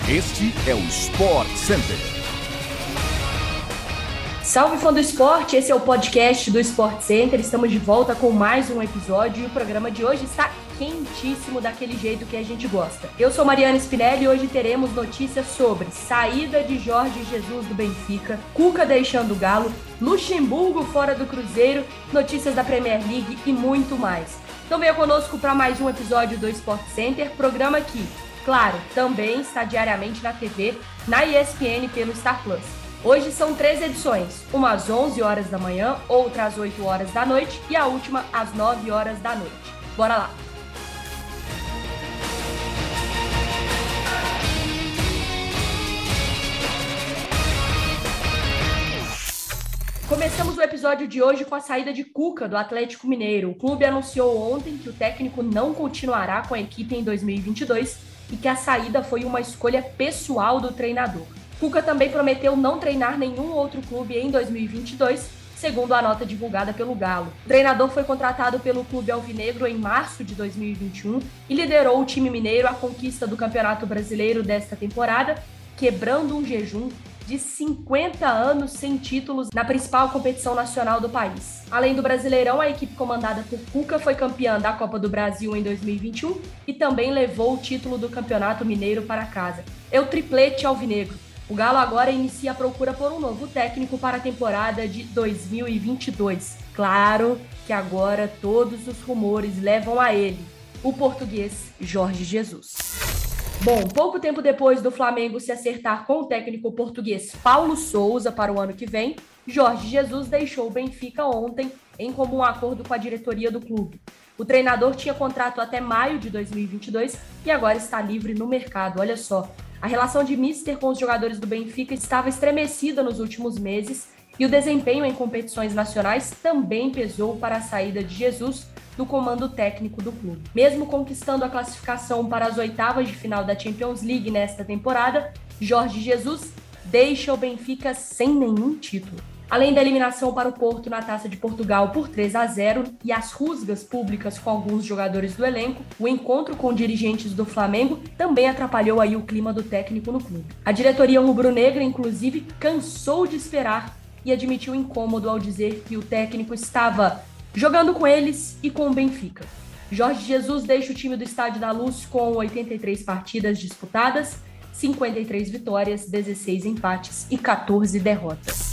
Este é o Sport Center. Salve, fã do esporte! Esse é o podcast do Sport Center. Estamos de volta com mais um episódio e o programa de hoje está quentíssimo daquele jeito que a gente gosta. Eu sou Mariana Spinelli e hoje teremos notícias sobre saída de Jorge Jesus do Benfica, Cuca deixando o Galo, Luxemburgo fora do Cruzeiro, notícias da Premier League e muito mais. Então venha conosco para mais um episódio do Sport Center, programa que, claro, também está diariamente na TV, na ESPN pelo Star Plus. Hoje são 3 edições, uma às 11 horas da manhã, outra às 8 horas da noite e a última às 9 horas da noite. Bora lá! Começamos o episódio de hoje com a saída de Cuca do Atlético Mineiro. O clube anunciou ontem que o técnico não continuará com a equipe em 2022 e que a saída foi uma escolha pessoal do treinador. Cuca também prometeu não treinar nenhum outro clube em 2022, segundo a nota divulgada pelo Galo. O treinador foi contratado pelo clube alvinegro em março de 2021 e liderou o time mineiro à conquista do Campeonato Brasileiro desta temporada, quebrando um jejum de 50 anos sem títulos na principal competição nacional do país. Além do Brasileirão, a equipe comandada por Cuca foi campeã da Copa do Brasil em 2021 e também levou o título do Campeonato Mineiro para casa. É o triplete alvinegro. O Galo agora inicia a procura por um novo técnico para a temporada de 2022. Claro que agora todos os rumores levam a ele, o português Jorge Jesus. Bom, pouco tempo depois do Flamengo se acertar com o técnico português Paulo Sousa para o ano que vem, Jorge Jesus deixou o Benfica ontem em comum acordo com a diretoria do clube. O treinador tinha contrato até maio de 2022 e agora está livre no mercado. Olha só, a relação de Mister com os jogadores do Benfica estava estremecida nos últimos meses e o desempenho em competições nacionais também pesou para a saída de Jesus do comando técnico do clube. Mesmo conquistando a classificação para as oitavas de final da Champions League nesta temporada, Jorge Jesus deixa o Benfica sem nenhum título. Além da eliminação para o Porto na Taça de Portugal por 3-0 e as rusgas públicas com alguns jogadores do elenco, o encontro com dirigentes do Flamengo também atrapalhou aí o clima do técnico no clube. A diretoria rubro-negra, inclusive, cansou de esperar e admitiu incômodo ao dizer que o técnico estava jogando com eles e com o Benfica. Jorge Jesus deixa o time do Estádio da Luz com 83 partidas disputadas, 53 vitórias, 16 empates e 14 derrotas.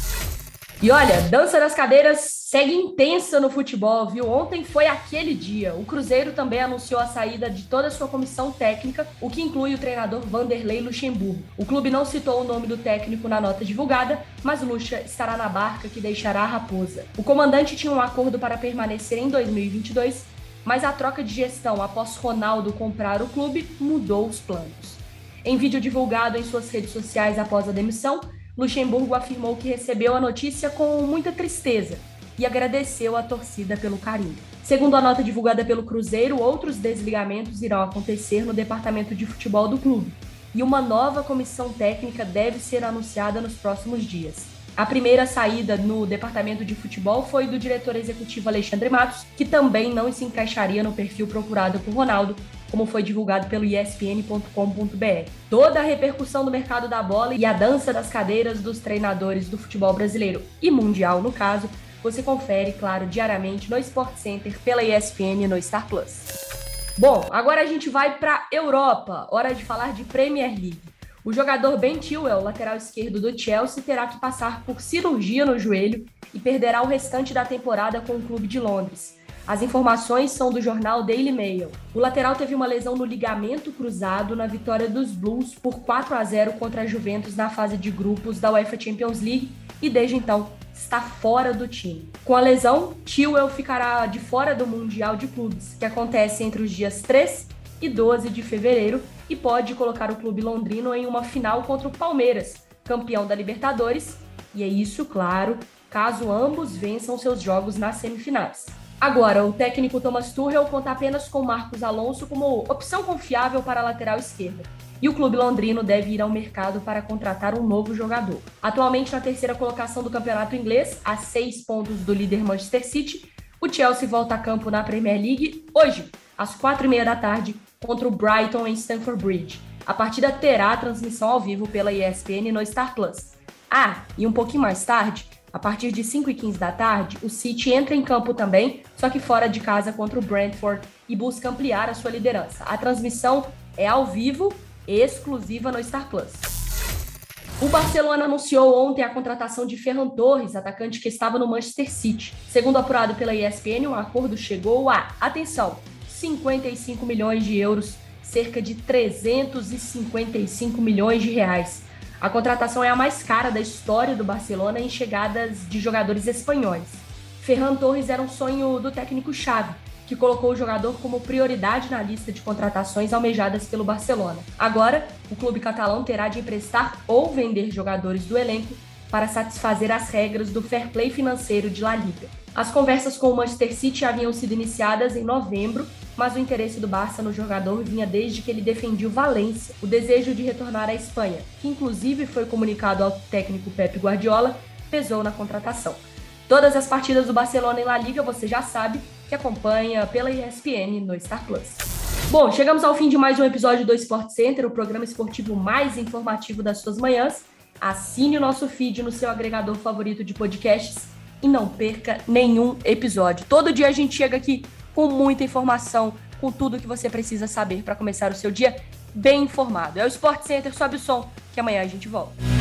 E olha, dança das cadeiras segue intensa no futebol, viu? Ontem foi aquele dia. O Cruzeiro também anunciou a saída de toda a sua comissão técnica, o que inclui o treinador Vanderlei Luxemburgo. O clube não citou o nome do técnico na nota divulgada, mas Luxa estará na barca que deixará a Raposa. O comandante tinha um acordo para permanecer em 2022, mas a troca de gestão após Ronaldo comprar o clube mudou os planos. Em vídeo divulgado em suas redes sociais após a demissão, Luxemburgo afirmou que recebeu a notícia com muita tristeza e agradeceu à torcida pelo carinho. Segundo a nota divulgada pelo Cruzeiro, outros desligamentos irão acontecer no departamento de futebol do clube e uma nova comissão técnica deve ser anunciada nos próximos dias. A primeira saída no departamento de futebol foi do diretor executivo Alexandre Matos, que também não se encaixaria no perfil procurado por Ronaldo, como foi divulgado pelo espn.com.br. Toda a repercussão do mercado da bola e a dança das cadeiras dos treinadores do futebol brasileiro e mundial, no caso, você confere, claro, diariamente no Sport Center pela ESPN e no Star Plus. Bom, agora a gente vai para a Europa. Hora de falar de Premier League. O jogador Ben Chilwell, lateral esquerdo do Chelsea, terá que passar por cirurgia no joelho e perderá o restante da temporada com o clube de Londres. As informações são do jornal Daily Mail. O lateral teve uma lesão no ligamento cruzado na vitória dos Blues por 4-0 contra a Juventus na fase de grupos da UEFA Champions League e desde então está fora do time. Com a lesão, Chilwell ficará de fora do Mundial de Clubes, que acontece entre os dias 3 e 12 de fevereiro e pode colocar o clube londrino em uma final contra o Palmeiras, campeão da Libertadores, e é isso, claro, caso ambos vençam seus jogos nas semifinais. Agora, o técnico Thomas Tuchel conta apenas com Marcos Alonso como opção confiável para a lateral esquerda. E o clube londrino deve ir ao mercado para contratar um novo jogador. Atualmente na terceira colocação do campeonato inglês, a 6 pontos do líder Manchester City, o Chelsea volta a campo na Premier League hoje, às 4h30 da tarde, contra o Brighton em Stamford Bridge. A partida terá transmissão ao vivo pela ESPN no Star Plus. E um pouquinho mais tarde, a partir de 5h15 da tarde, o City entra em campo também, só que fora de casa contra o Brentford e busca ampliar a sua liderança. A transmissão é ao vivo, exclusiva no Star Plus. O Barcelona anunciou ontem a contratação de Ferran Torres, atacante que estava no Manchester City. Segundo apurado pela ESPN, um acordo chegou a, atenção, 55 milhões de euros, cerca de 355 milhões de reais. A contratação é a mais cara da história do Barcelona em chegadas de jogadores espanhóis. Ferran Torres era um sonho do técnico Xavi, que colocou o jogador como prioridade na lista de contratações almejadas pelo Barcelona. Agora, o clube catalão terá de emprestar ou vender jogadores do elenco para satisfazer as regras do fair play financeiro de La Liga. As conversas com o Manchester City haviam sido iniciadas em novembro, mas o interesse do Barça no jogador vinha desde que ele defendia o Valência, o desejo de retornar à Espanha, que inclusive foi comunicado ao técnico Pep Guardiola, pesou na contratação. Todas as partidas do Barcelona em La Liga você já sabe que acompanha pela ESPN no Star Plus. Bom, chegamos ao fim de mais um episódio do Sport Center, o programa esportivo mais informativo das suas manhãs. Assine o nosso feed no seu agregador favorito de podcasts e não perca nenhum episódio. Todo dia a gente chega aqui com muita informação, com tudo que você precisa saber para começar o seu dia bem informado. É o Sport Center, sobe o som, que amanhã a gente volta.